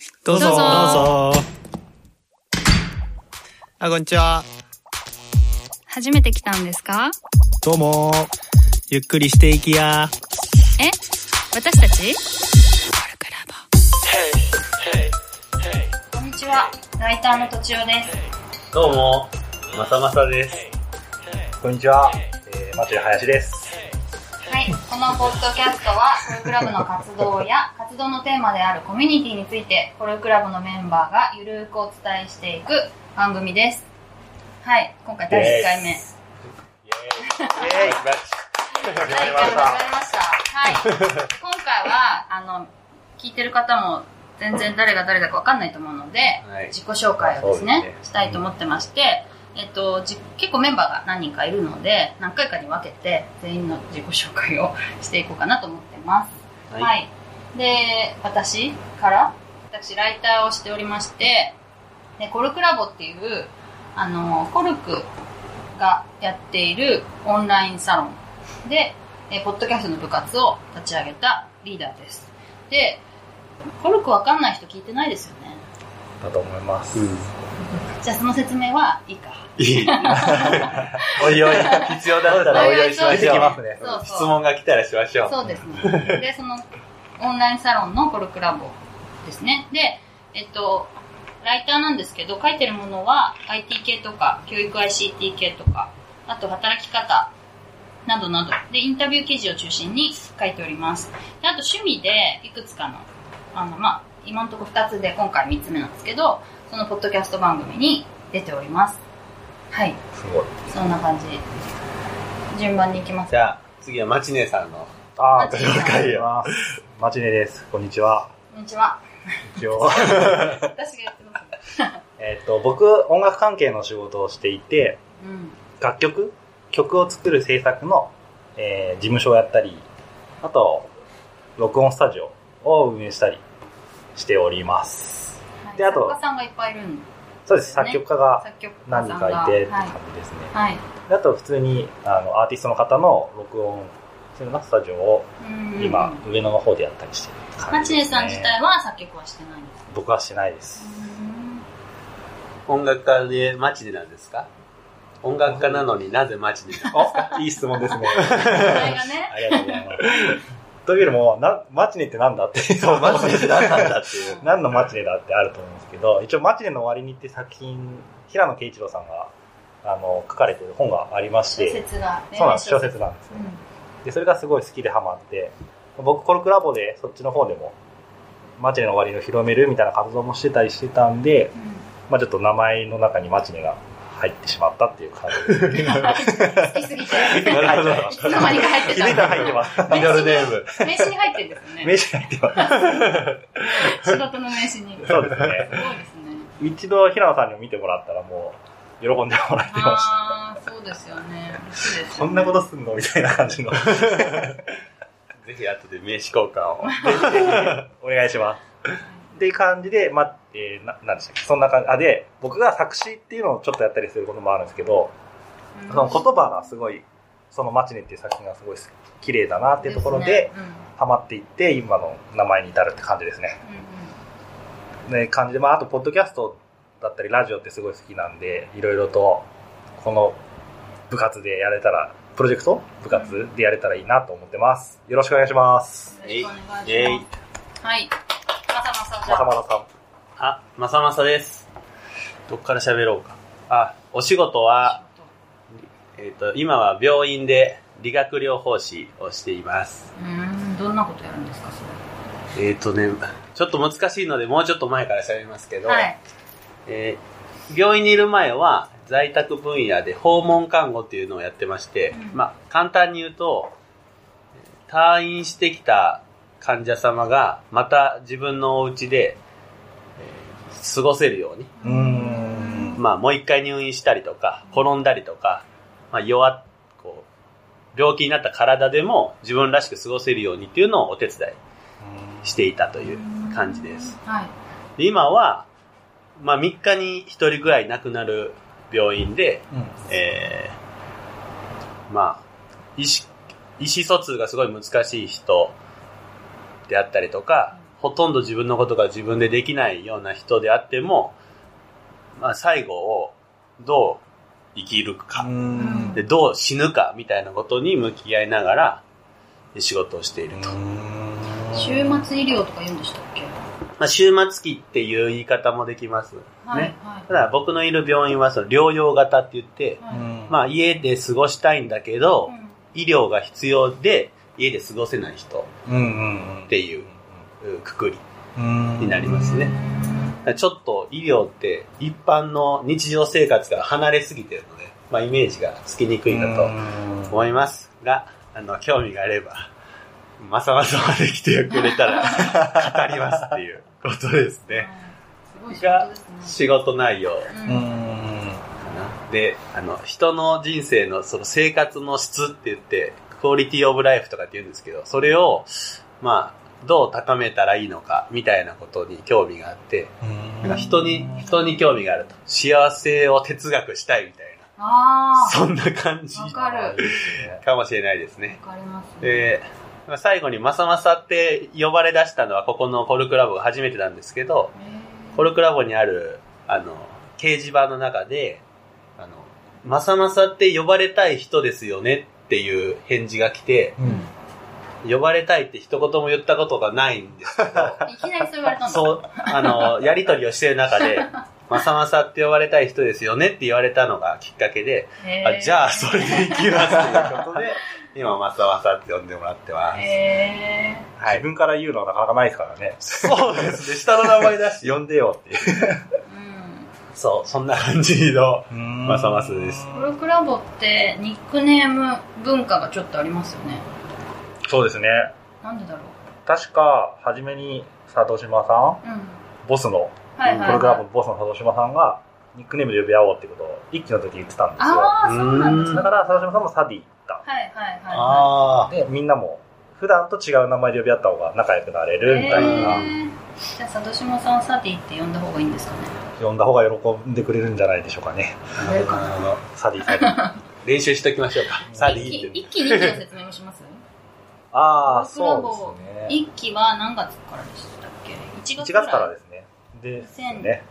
どうぞ。あ、こんにちは。 初めて来たんですか？ どうも。ゆっくりしていきや。 え？私たち？こんにちは。ライターのとちおです。 どうも、まさまさです。 こんにちは。マチュ林です。 はい、このポッドキャストはコルクラブの活動や活動のテーマであるコミュニティについてコルクラブのメンバーがゆるーくお伝えしていく番組です。はい、今回第1回目。イエーイ。 始まりました。 はい、今回は聞いてる方も全然誰が誰だか分かんないと思うので、 はい、 自己紹介をですね、したいと思ってまして、結構メンバーが何人かいるので何回かに分けて全員の自己紹介をしていこうかなと思ってます。はい、はい、で私ライターをしておりまして、でコルクラボっていうコルクがやっているオンラインサロンでポッドキャストの部活を立ち上げたリーダーです。でコルクわかんない人聞いてないですよね。 だと思います、 じゃあその説明はいいか。 いいおいおい必要だったらおいおいしましょう。 そう質問が来たらしましょう。 そうですね。でそのオンラインサロンのコルクラボですね。でライターなんですけど、書いてるものは IT 系とか教育 ICT 系とか、あと働き方などなどでインタビュー記事を中心に書いております。であと趣味でいくつかの今のところ2つで今回3つ目なんですけど、そのポッドキャスト番組に出ております。はい。 すごい。 そんな感じ。順番に行きます。 じゃあ次はマチネさんの。 マチネです。こんにちは。 こんにちは。 一応私がやってますね。 僕音楽関係の仕事をしていて、曲を作る制作の、事務所をやったり、あと録音スタジオを運営したりしております。 はい、 であと作家さんがいっぱいいるんですね。 そうです。作曲家が何人かいてって感じですね。 はい。 であと普通にアーティストの方の録音するようなスタジオを今上野の方でやったりしてるって感じですね。 マチネさん自体は作曲はしてないんですか？ 僕はしてないです。 音楽家でマチネなんですか？音楽家なのになぜマチネなんですか？ いい質問ですね。 それがね。 ありがとうございます。というよりもマチネってなんだっていう。 マチネって何なんだっていう。 何のマチネだってあると思うんですけど、一応マチネの終わりにって作品、平野啓一郎さんが書かれている本がありまして、 小説が、 そうなんです、小説なんですよ。でそれがすごい好きでハマって、僕コルクラボでそっちの方でもマチネの終わりを広めるみたいな活動もしてたりしてたんで、ちょっと名前の中にマチネが入ってしまったっていう感じで。 好きすぎて。 なるほど。 いつの間にか入ってた。 気づいたら入ってます。 ミドルネーム。 名刺に入ってるんですよね。 名刺に入ってます。 仕事の名刺に。 そうですね。 すごいですね。 一度平野さんにも見てもらったらもう喜んでもらってました。 ああ、そうですよね。 こんなことすんのみたいな感じの。 ぜひ後で名刺交換を。 お願いします。っていう感じで、何でしたっけ、そんな感じで、僕が作詞っていうのをちょっとやったりすることもあるんですけど、その言葉がすごい、そのマチネっていう作品がすごい綺麗だなっていうところで、ハマっていって、今の名前に至るって感じですね。感じで、あと、ポッドキャストだったり、ラジオってすごい好きなんで、いろいろと、この部活でやれたら、プロジェクト部活でやれたらいいなと思ってます。よろしくお願いします。 よろしくお願いします。はい。まさまさん。 まさまさです。どっから喋ろうか。お仕事は、今は病院で理学療法士をしています。 どんなことやるんですか、それ。 ちょっと難しいので、もうちょっと前から喋りますけど、 はい、 病院にいる前は、在宅分野で訪問看護っていうのをやってまして、簡単に言うと、退院してきた患者様がまた自分のお家で、過ごせるように、もう一回入院したりとか転んだりとか、病気になった体でも自分らしく過ごせるようにっていうのをお手伝いしていたという感じです。で今は、3日に1人ぐらい亡くなる病院で、意思疎通がすごい難しい人であったりとか、 ほとんど自分のことが自分でできないような人であっても、まあ、最後をどう生きるか、でどう死ぬかみたいなことに向き合いながら仕事をしていると。 終末医療とか言うんでしたっけ？ まあ、終末期っていう言い方もできます、ね。 はいはい、 ただ僕のいる病院はその療養型って言って、まあ、家で過ごしたいんだけど、医療が必要で家で過ごせない人っていうくくりになりますね。ちょっと医療って一般の日常生活から離れすぎてるので、まあ、イメージがつきにくいかと思いますが、興味があればまさまさまで来てくれたら語りますっていうことですね。 すごい仕事ですね。 仕事内容で、人の人生のその生活の質って言ってクオリティオブライフとかって言うんですけど、それをまあどう高めたらいいのかみたいなことに興味があって、なんか人に興味があると、幸せを哲学したいみたいな、そんな感じかもしれないですね。 わかりますね。 で、最後にまさまさって呼ばれ出したのはここのコルクラボが初めてなんですけど、コルクラボにある掲示板の中でまさまさって呼ばれたい人ですよねっていう返事が来て、呼ばれたいって一言も言ったことがないんですけどいきなりそう言われたんだ。 そうやり取りをしてる中でまさまさって呼ばれたい人ですよねって言われたのがきっかけで、じゃあそれで行きますということで今まさまさって呼んでもらってます。 はい、自分から言うのはなかなかないですからね。 そうですね、下の名前だし呼んでよっていうそう、そんな感じのまさまさです。 コルクラボってニックネーム文化がちょっとありますよね。 そうですね。 なんでだろう。 確か初めに佐渡島さん、ボスのコルクラボボスの佐渡島さんがニックネームで呼び合おうってことを一期の時言ってたんですよ。 そうなんです。 だから佐渡島さんもサディだ。でみんなも普段と違う名前で呼び合った方が仲良くなれるみたいな。 じゃあ佐渡島さんサディって呼んだ方がいいんですかね。 呼んだ方が喜んでくれるんじゃないでしょうかね。サディ練習しておきましょうか。サディって一期二期の説明もします？ そうですね。 一期は何月からでしたっけ？1月からですね。ですね。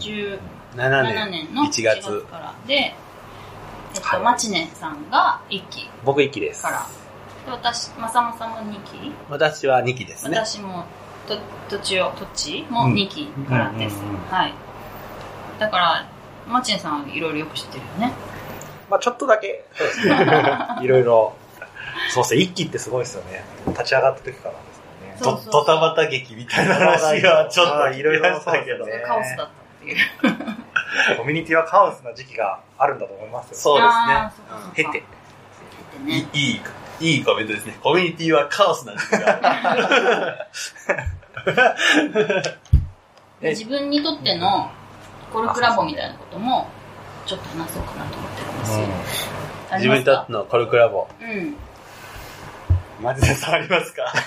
2017年の1月からで、マチネさんが1期。 僕1期です。 から。で、私、まさまさも2期？ 私は2期ですね。 私も、土地も2期からです。はい。だから、マチネさんはいろいろよく知ってるよね。 まあちょっとだけ。いろいろ。そうですね、1期ってすごいですよね。立ち上がった時からですよね。 ドタバタ劇みたいな話がちょっといろいろあったけどね。カオスだったっていう。 コミュニティはカオスな時期があるんだと思いますよ。 そうですね。 経て。 いいコメントですね。コミュニティはカオスな時期がある。 自分にとってのコルクラボみたいなこともちょっと話そうかなと思ってるんですよ。 自分にとってのコルクラボ。マジで触りますか？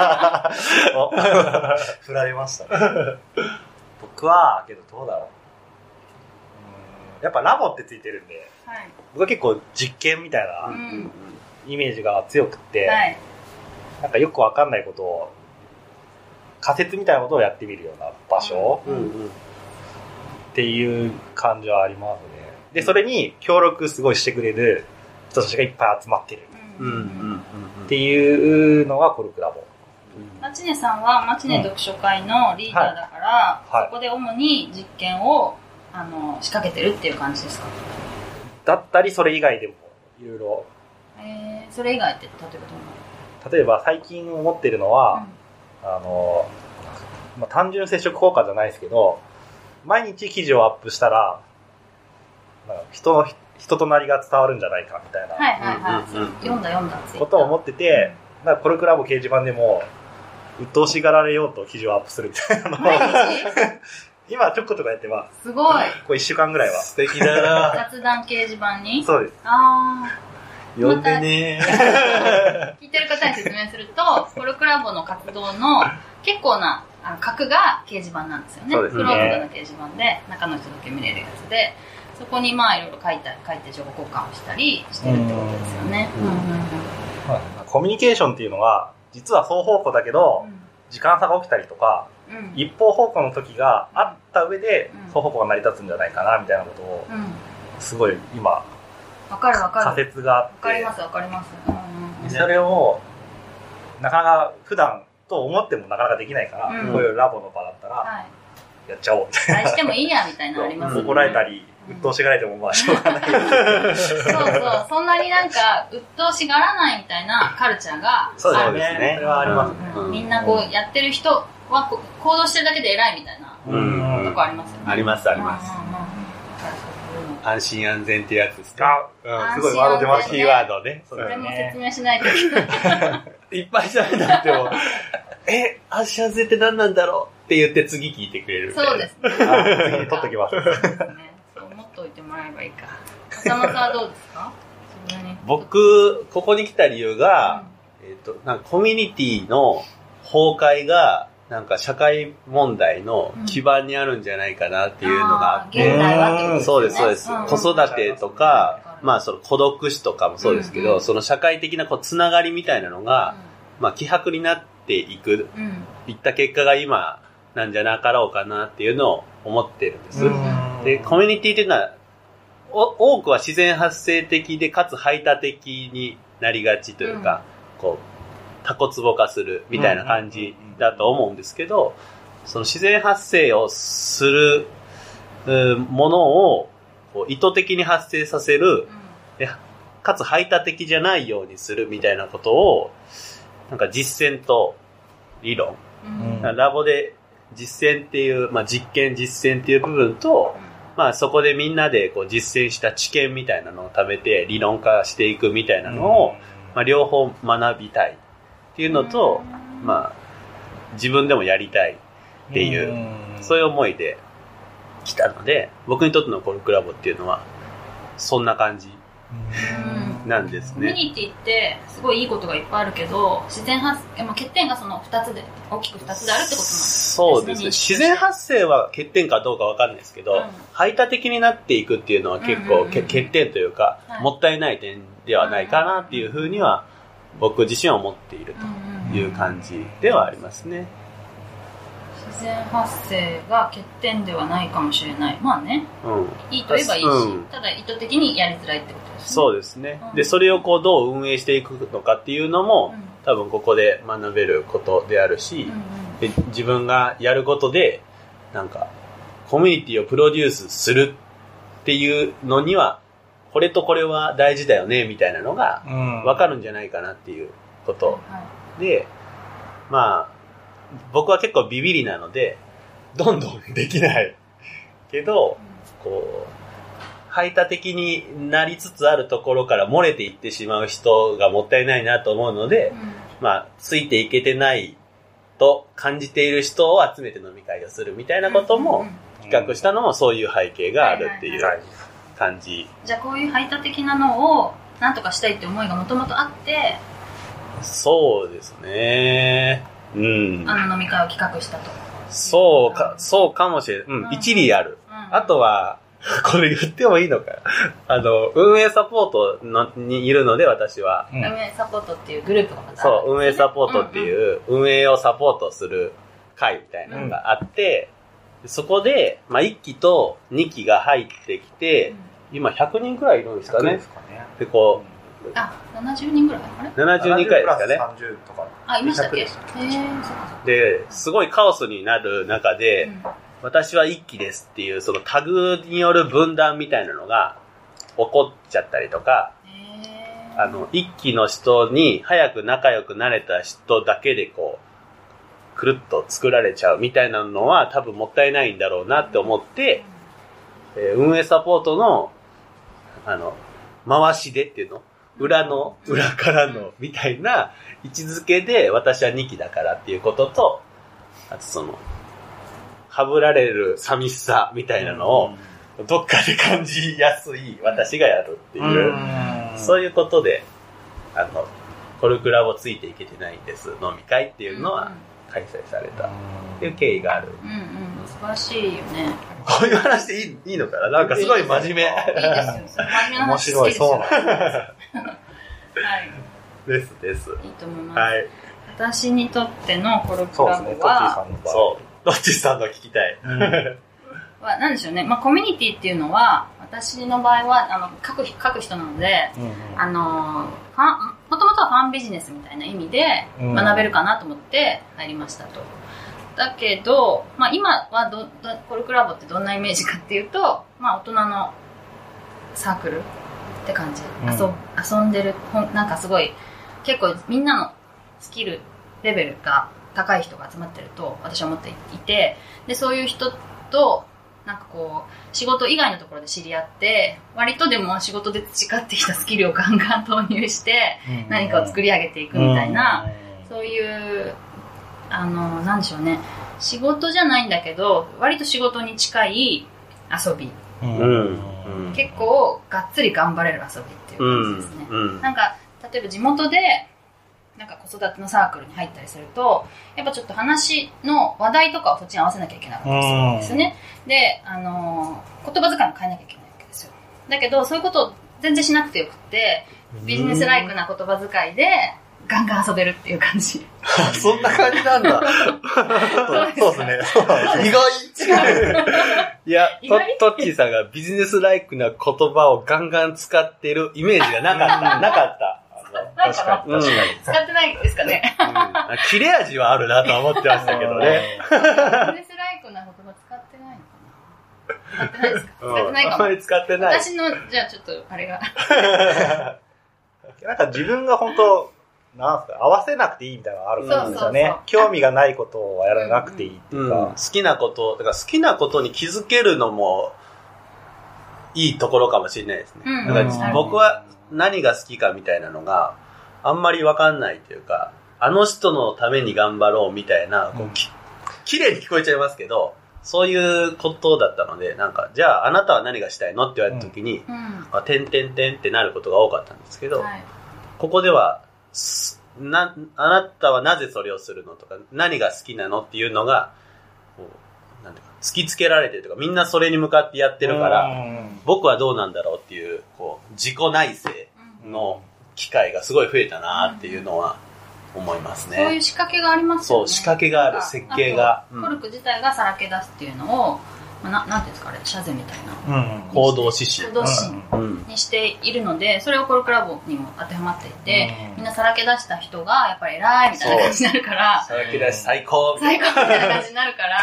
振られましたね。僕は、けどどうだろう。やっぱラボってついてるんで、僕は結構実験みたいなイメージが強くって、なんかよくわかんないことを、仮説みたいなことをやってみるような場所っていう感じはありますね。で、それに協力すごいしてくれる人たちがいっぱい集まってる。っていうのがコルクラボ。 マチネさんはマチネ読書会のリーダーだから、そこで主に実験を仕掛けてるっていう感じですか？ だったりそれ以外でもいろいろ。 それ以外って例えば最近思ってるのは、単純接触効果じゃないですけど、毎日記事をアップしたら人となりが伝わるんじゃないかみたいな読んだことを思ってて、なんかコルクラボ掲示板でも鬱陶しがられようと記事をアップするみたいなのを今ちょこちょこやってます。 すごい。 これ1週間ぐらいは。 素敵だな。 雑談掲示板に？ そうです。 読んでね聞いてる方に説明すると、コルクラボの活動の結構な核が掲示板なんですよね。 そうですね。 クローズドな掲示板で中の人だけ見れるやつで、そこにいろいろ書いて情報交換をしたりしてるってことですよね。 コミュニケーションっていうのは実は双方向だけど、 時間差が起きたりとか、一方方向の時があった上で、双方向が成り立つんじゃないかなみたいなことを、すごい今、仮説があって。 わかります。 それを、なかなか普段と思ってもなかなかできないから、こういうラボの場だったら、やっちゃおうみたいな。 してもいいやみたいなのありますね。 怒られたり、鬱陶しがられてもまあしょうがない。 そう、そんなになんか鬱陶しがらないみたいなカルチャーがある。 そうですね。 それはありますね。 みんなこうやってる人は行動してるだけで偉いみたいなとこありますよね。 あります。安心安全っていうやつですか。 すごいワード出ました。 キーワードね。 それも説明しないといけない。 いっぱい喋らなくても、安心安全って何なんだろうって言って次聞いてくれる。 そうですね。 次に取っときます。 そう思っといてもらえばいいか。笠間さんはどうですか？ 僕、ここに来た理由が、なんかコミュニティの崩壊が、なんか社会問題の基盤にあるんじゃないかなっていうのがあって、 現代はってことですね。 そうです。子育てとか、まあその孤独死とかもそうですけど、その社会的なこうつながりみたいなのが、まあ希薄になっていく、いった結果が今なんじゃなかろうかなっていうのを思ってるんです。で、コミュニティっていうのは、多くは自然発生的でかつ排他的になりがちというか、こう、タコツボ化するみたいな感じだと思うんですけど、その自然発生をするものをこう意図的に発生させる、かつ排他的じゃないようにするみたいなことを、なんか実践と理論、ラボで実践っていう、まあ実験実践っていう部分と、まあそこでみんなでこう実践した知見みたいなのを食べて理論化していくみたいなのを、まあ両方学びたいっていうのと、まあ自分でもやりたいっていう、そういう思いで来たので、僕にとってのコルクラボっていうのはそんな感じなんですね。 コミュニティってすごいいいことがいっぱいあるけど、自然発生、欠点がその2つで、大きく2つであるってことなんですね。 そうですね。自然発生は欠点かどうかわかんないですけど、排他的になっていくっていうのは結構欠点というか、もったいない点ではないかなっていうふうには僕自身は思っているという感じではありますね。 自然発生が欠点ではないかもしれない。まあね。いいと言えばいいし、ただ意図的にやりづらいってことですね。 そうですね。で、それをこうどう運営していくのかっていうのも、多分ここで学べることであるし、で自分がやることで、なんか、コミュニティをプロデュースするっていうのには、これとこれは大事だよね、みたいなのが、わかるんじゃないかなっていうことで、まあ、僕は結構ビビりなので、どんどんできないけど、こう、排他的になりつつあるところから漏れていってしまう人がもったいないなと思うので、まあ、ついていけてないと感じている人を集めて飲み会をするみたいなことも企画したのもそういう背景があるっていう感じ。 じゃあこういう排他的なのをなんとかしたいって思いがもともとあって、 そうですね。 あの飲み会を企画したと。 そうかもしれない。一理ある。あとは、これ言ってもいいのか運営サポートにいるので、私は。 運営サポートっていうグループがまたあるんですね。 そう、運営サポートっていう、運営をサポートする会みたいなのがあって、そこで、まあ、1期と2期が入ってきて、今100人くらいいるんですかね。で、こう、 70人ぐらいあれ ?70 人くらいですかね。 30とか。 いましたっけ？ で、すごいカオスになる中で、私は一期ですっていう、そのタグによる分断みたいなのが起こっちゃったりとか、一期の人に早く仲良くなれた人だけでこう、くるっと作られちゃうみたいなのは多分もったいないんだろうなって思って、運営サポートの、回しでっていうの裏からのみたいな位置づけで私は2期だからっていうことと、あとその、はぶられる寂しさみたいなのをどっかで感じやすい私がやるっていう、そういうことで、コルクラボついていけてないんです飲み会っていうのは開催されたっていう経緯がある。 素晴らしいよね。 こういう話でいいのかな。なんかすごい真面目。 いいですよ。真面目な話好きですよ。 です。 いいと思います。 はい。 私にとってのコルクラボそうですね、トッチーさは、 んの場合。 そう。ロッチさんの聞きたい。 なんでしょうね。コミュニティっていうのは、私の場合は、書く人なので、もともとはファンビジネスみたいな意味で学べるかなと思って入りましたと。だけど、今はコルクラボってどんなイメージかっていうと、大人のサークルって感じ。遊んでる、なんかすごい、結構みんなのスキル、レベルが高い人が集まってると私は思っていて、で、そういう人と、なんかこう、仕事以外のところで知り合って、割とでも仕事で培ってきたスキルをガンガン投入して、何かを作り上げていくみたいな、そういう、なんでしょうね、仕事じゃないんだけど、割と仕事に近い遊び。結構、がっつり頑張れる遊びっていう感じですね。なんか、例えば地元で、なんか子育てのサークルに入ったりすると、やっぱちょっと話の話題とかをそっちに合わせなきゃいけなかったりするんですよね。で、言葉遣いも変えなきゃいけないわけですよ。だけど、そういうことを全然しなくてよくて、ビジネスライクな言葉遣いで、ガンガン遊べるっていう感じ。 そんな感じなんだ。 そうですね。 意外。いや、トッチーさんがビジネスライクな言葉をガンガン使ってるイメージがなかった。 確かに。 使ってないですかね。 切れ味はあるなとは思ってましたけどね。 ビジネスライクな言葉使ってないのかな？使ってないですか？使ってないかも。 あんまり使ってない。 私の、じゃあちょっと、あれが。 なんか自分が本当、なんすか、合わせなくていいみたいなのがあるんですよね。興味がないことはやらなくていいっていうか。 好きなこと、だから好きなことに気づけるのもいいところかもしれないですね。だから僕は何が好きかみたいなのがあんまりわかんないというか、あの人のために頑張ろうみたいな、綺麗に聞こえちゃいますけど、そういうことだったので、なんか、じゃああなたは何がしたいのって言われた時に、てんてんてんってなることが多かったんですけど、ここでは、あなたはなぜそれをするのとか、何が好きなのっていうのが、なんていうか突きつけられてるとか、みんなそれに向かってやってるから、僕はどうなんだろうっていう、自己内省の機会がすごい増えたなっていうのは思いますね。 そういう仕掛けがありますよね。 そう、仕掛けがある、設計が。 コルク自体がさらけ出すっていうのを、なんていうんですか、あれ、シャゼみたいな。 行動指針。 行動指針にしているので、それをコルクラボにも当てはまっていて、みんなさらけ出した人が、やっぱり偉いみたいな感じになるから、 さらけ出し最高みたいな感じになるから、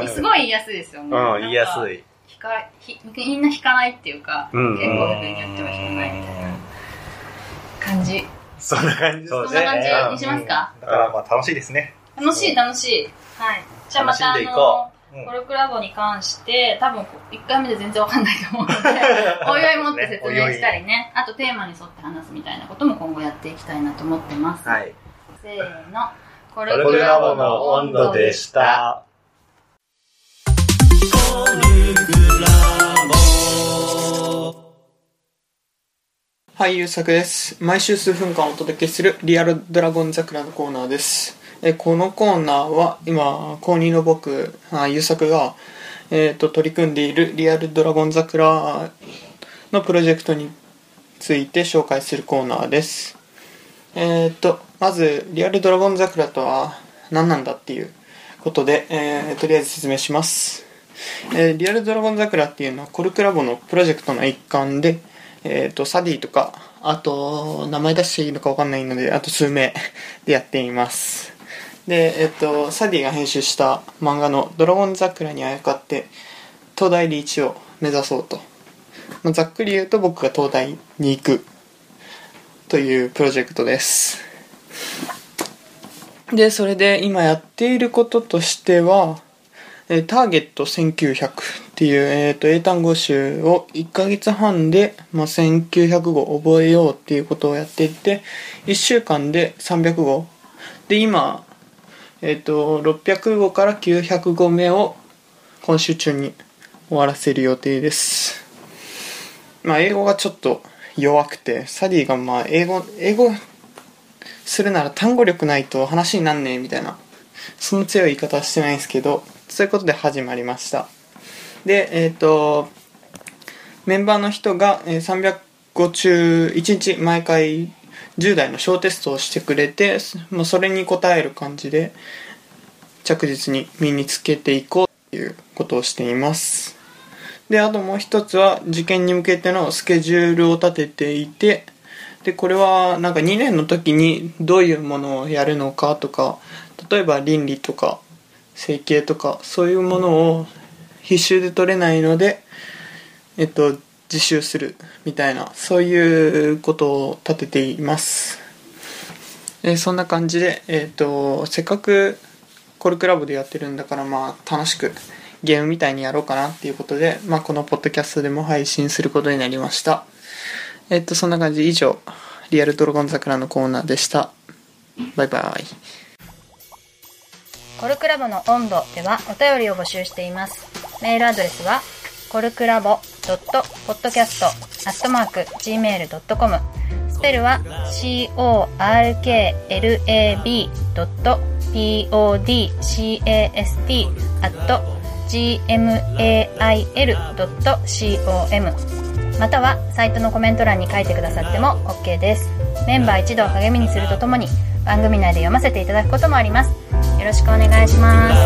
すごい言いやすいですよね。 言いやすい。 みんな引かないっていうか、結構風に言っても引かないみたいな感じ。 そんな感じですね。 そんな感じにしますか？ だからまあ楽しいですね。 楽しい。はい。じゃあまたコルクラボに関して、多分1回目で全然わかんないと思うので、おいおい持って説明したりね、あとテーマに沿って話すみたいなことも今後やっていきたいなと思ってます。 はい。 せーの。コルクラボの温度でした。コルクラボ。 はい、ゆうさくです。毎週数分間お届けするリアルドラゴン桜のコーナーです。このコーナーは今高2の僕、ゆうさくが、取り組んでいるリアルドラゴン桜のプロジェクトについて紹介するコーナーです。まずリアルドラゴン桜とは何なんだっていうことで、とりあえず説明します。リアルドラゴン桜っていうのはコルクラボのプロジェクトの一環で、サディとか、あと名前出していいのか分かんないので、あと数名でやっています。で、サディが編集した漫画のドラゴン桜にあやかって東大リーチを目指そうと、ざっくり言うと僕が東大に行くというプロジェクトです。で、それで今やっていることとしては、ターゲット1900っていう、英単語集を1ヶ月半で、1900語覚えようっていうことをやっていて、1週間で300語で、今600語から900語目を今週中に終わらせる予定です。英語がちょっと弱くて、サディが英語するなら単語力ないと話になんねえみたいな、その強い言い方はしてないんですけど、そういうことで始まりました。で、メンバーの人が300語中1日毎回 10代の小テストをしてくれて、それに応える感じで着実に身につけていこうということをしています。で、あともう一つは受験に向けてのスケジュールを立てていて、でこれはなんか2年の時にどういうものをやるのかとか、例えば倫理とか整形とかそういうものを必修で取れないので、自習するみたいな、そういうことを立てています。そんな感じで、せっかくコルクラボでやってるんだから、楽しくゲームみたいにやろうかなっていうことで、このポッドキャストでも配信することになりました。そんな感じで以上、リアルドラゴン桜のコーナーでした。バイバイ。 コルクラボの温度ではお便りを募集しています。メールアドレスはコルクラボ.podcast@gmail.com、 スペルは corklab.podcast@gmail.com、 またはサイトのコメント欄に書いてくださっても OK です。メンバー一同を励みにするとともに番組内で読ませていただくこともあります。よろしくお願いします。